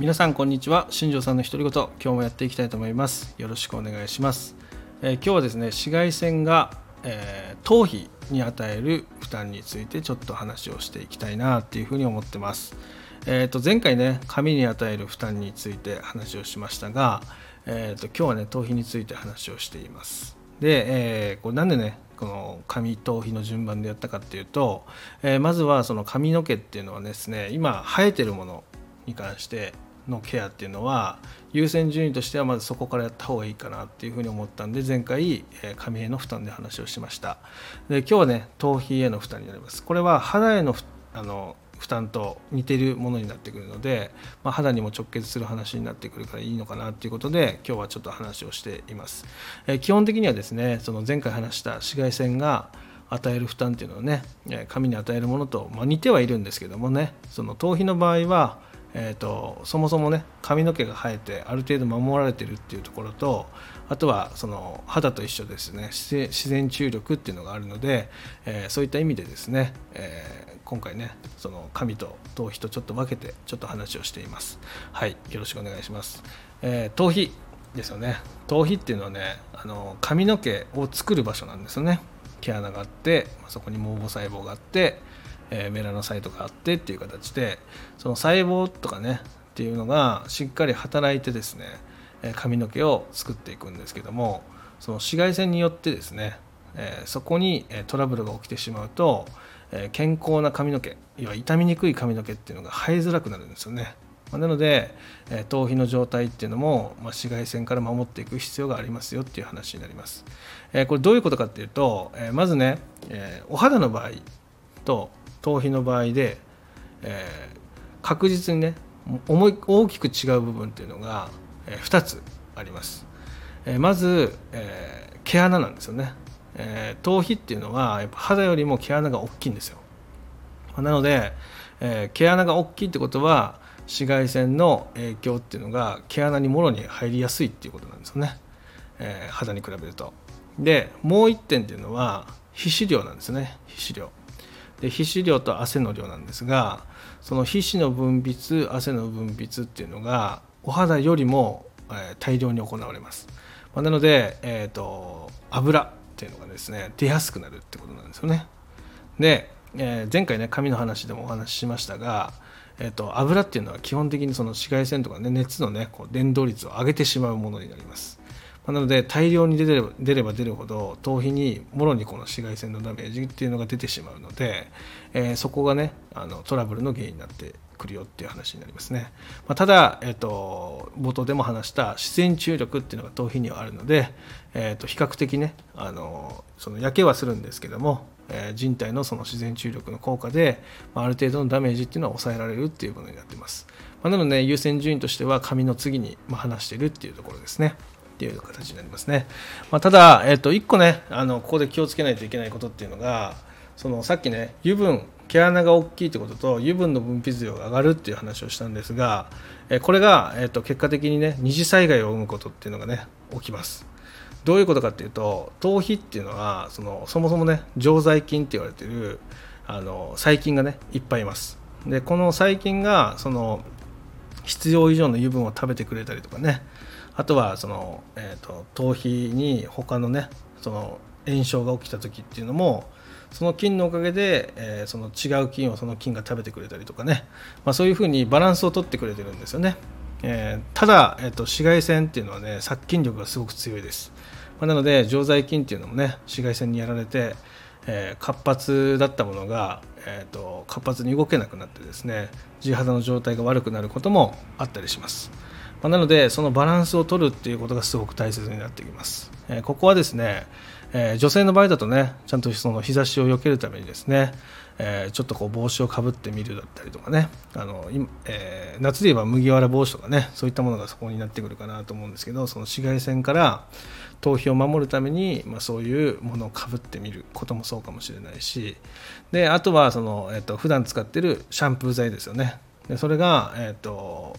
皆さんこんにちは。新庄さんの独り言、今日もやっていきたいと思います。よろしくお願いします。今日はですね、紫外線が、頭皮に与える負担についてちょっと話をしていきたいなっていうふうに思ってます。前回ね、髪に与える負担について話をしましたが、今日はね、頭皮について話をしています。で、これなんでね、この髪頭皮の順番でやったかっていうと、まずはその髪の毛っていうのはですね、今生えてるものに関してのケアっていうのは優先順位としてはまずそこからやった方がいいかなっていうふうに思ったんで、前回髪への負担で話をしました。で、今日はね、頭皮への負担になります。これは肌への負担と似ているものになってくるので、肌にも直結する話になってくるからいいのかなということで、今日はちょっと話をしています。基本的にはですね、その前回話した紫外線が与える負担っていうのはね、髪に与えるものと、似てはいるんですけどもね、その頭皮の場合はそもそもね、髪の毛が生えてある程度守られているっていうところと、あとはその肌と一緒ですね、自然注力っていうのがあるので、そういった意味でですね、今回ね、その髪と頭皮とちょっと分けてちょっと話をしています。はい、よろしくお願いします。頭皮ですよね。頭皮っていうのはね、髪の毛を作る場所なんですよね。毛穴があって、そこに毛母細胞があって、メラノサイトがあってっていう形で、その細胞とかねっていうのがしっかり働いてですね、髪の毛を作っていくんですけども、その紫外線によってですね、そこにトラブルが起きてしまうと、健康な髪の毛、要は傷みにくい髪の毛っていうのが生えづらくなるんですよね。なので頭皮の状態っていうのも、紫外線から守っていく必要がありますよっていう話になります。これどういうことかっていうと、まずね、お肌の場合と頭皮の場合で、確実にね大きく違う部分っていうのが、2つあります。まず、毛穴なんですよね。頭皮っていうのはやっぱ肌よりも毛穴が大きいんですよ。なので、毛穴が大きいってことは紫外線の影響っていうのが毛穴にもろに入りやすいっていうことなんですよね、肌に比べると。で、もう1点っていうのは皮脂量なんですね。皮脂量で、皮脂量と汗の量なんですが、その皮脂の分泌、汗の分泌っていうのがお肌よりも大量に行われます。なので、油っていうのがですね出やすくなるってことなんですよね。で、前回ね髪の話でもお話ししましたが、油っていうのは基本的にその紫外線とか、ね、熱のねこう伝導率を上げてしまうものになります。なので大量に出れば出るほど頭皮にもろにこの紫外線のダメージっていうのが出てしまうので、そこがねトラブルの原因になってくるよっていう話になりますね。ただ、冒頭でも話した自然注力っていうのが頭皮にはあるので、比較的ねその焼けはするんですけども、人体のその自然注力の効果で、ある程度のダメージっていうのは抑えられるっていうものになっています。なので、優先順位としては髪の次に話しているっていうところですね。っていう形になりますね。ただ、1個ねここで気をつけないといけないことっていうのが、そのさっきね油分、毛穴が大きいってことと油分の分泌量が上がるっていう話をしたんですが、これが、結果的にね二次災害を生むことっていうのがね起きます。どういうことかっていうと、頭皮っていうのはそもそもね常在菌って言われている細菌がねいっぱいいます。で、この細菌がその必要以上の油分を食べてくれたりとかね、あとはその、頭皮に他のねその炎症が起きた時っていうのもその菌のおかげで、その違う菌をその菌が食べてくれたりとかね、そういうふうにバランスを取ってくれてるんですよね。ただ、紫外線っていうのはね殺菌力がすごく強いです。なので常在菌っていうのもね紫外線にやられて、活発だったものが、活発に動けなくなってですね、地肌の状態が悪くなることもあったりします。なのでそのバランスを取るっていうことがすごく大切になってきます。ここはですね、女性の場合だとねちゃんとその日差しを避けるためにですね、ちょっとこう帽子をかぶってみるだったりとかね、夏で言えば麦わら帽子とかね、そういったものがそこになってくるかなと思うんですけど、その紫外線から頭皮を守るために、そういうものをかぶってみることもそうかもしれないし、であとはその、普段使っているシャンプー剤ですよね。でそれが、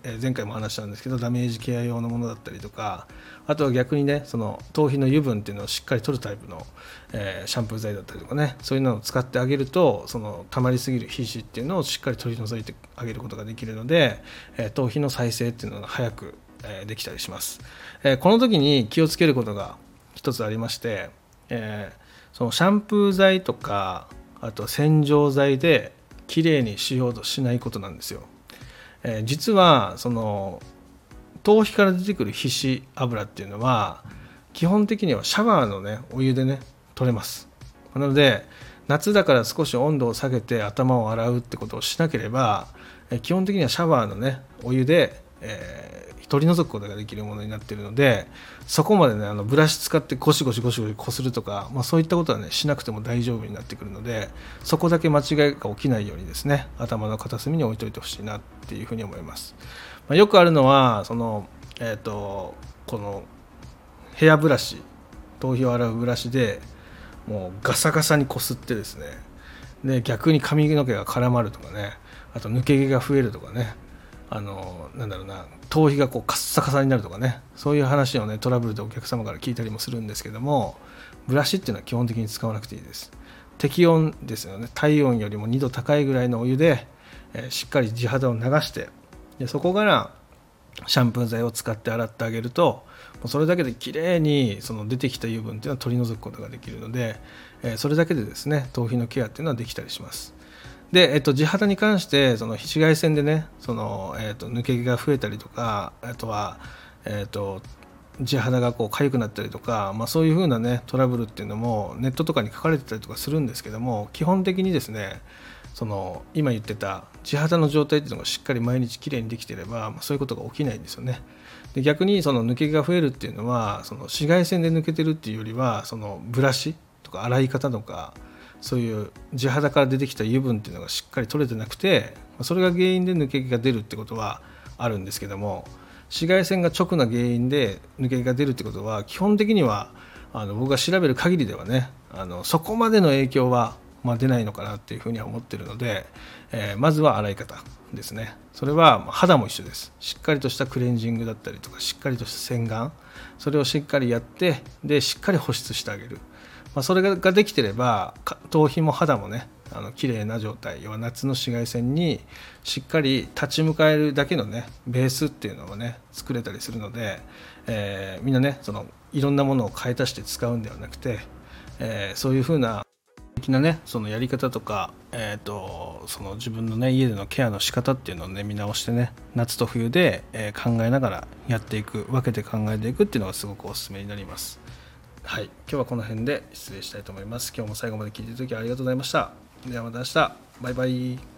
前回も話したんですけどダメージケア用のものだったりとか、あとは逆にねその頭皮の油分っていうのをしっかり取るタイプの、シャンプー剤だったりとかね、そういうのを使ってあげるとその溜まりすぎる皮脂っていうのをしっかり取り除いてあげることができるので、頭皮の再生っていうのが早くできたりします。この時に気をつけることが一つありまして、そのシャンプー剤とかあと洗浄剤できれいにしようとしないことなんですよ。実はその頭皮から出てくる皮脂油っていうのは基本的にはシャワーのねお湯でね取れます。なので夏だから少し温度を下げて頭を洗うってことをしなければ、基本的にはシャワーのねお湯で、取り除くことができるものになっているので、そこまでねブラシ使ってゴシゴシこするとか、そういったことはねしなくても大丈夫になってくるので、そこだけ間違いが起きないようにですね頭の片隅に置いといてほしいなっていうふうに思います。よくあるのはその、このヘアブラシ、頭皮を洗うブラシでもうガサガサにこすってですね、で逆に髪の毛が絡まるとかね、あと抜け毛が増えるとかね、なんだろうな、頭皮がこうカッサカサになるとかね、そういう話をねトラブルでお客様から聞いたりもするんですけども、ブラシっていうのは基本的に使わなくていいです。適温ですよね。体温よりも2度高いぐらいのお湯で、しっかり地肌を流して、でそこからシャンプー剤を使って洗ってあげると、もうそれだけできれいにその出てきた油分っていうのは取り除くことができるので、それだけでですね頭皮のケアっていうのはできたりします。で、地肌に関してその紫外線でねその、抜け毛が増えたりとか、あとは、地肌がこう痒くなったりとか、そういう風なねトラブルっていうのもネットとかに書かれてたりとかするんですけども、基本的にですねその今言ってた地肌の状態っていうのがしっかり毎日きれいにできていれば、そういうことが起きないんですよね。で逆にその抜け毛が増えるっていうのはその紫外線で抜けてるっていうよりは、そのブラシとか洗い方とか、そういう地肌から出てきた油分っていうのがしっかり取れてなくて、それが原因で抜け毛が出るってことはあるんですけども、紫外線が直な原因で抜け毛が出るってことは基本的には僕が調べる限りではねそこまでの影響は出ないのかなっていうふうには思っているので、まずは洗い方ですね。それは肌も一緒です。しっかりとしたクレンジングだったりとか、しっかりとした洗顔、それをしっかりやって、でしっかり保湿してあげる、それができてれば頭皮も肌もね綺麗な状態、要は夏の紫外線にしっかり立ち向かえるだけのねベースっていうのをね作れたりするので、みんなねそのいろんなものを買い足して使うんではなくて、そういう風な的なねそのやり方とか、その自分のね家でのケアの仕方っていうのをね見直してね、夏と冬で、考えながらやっていく、分けて考えていくっていうのがすごくおすすめになります。はい、今日はこの辺で失礼したいと思います。今日も最後まで聞いていただきありがとうございました。ではまた明日。バイバイ。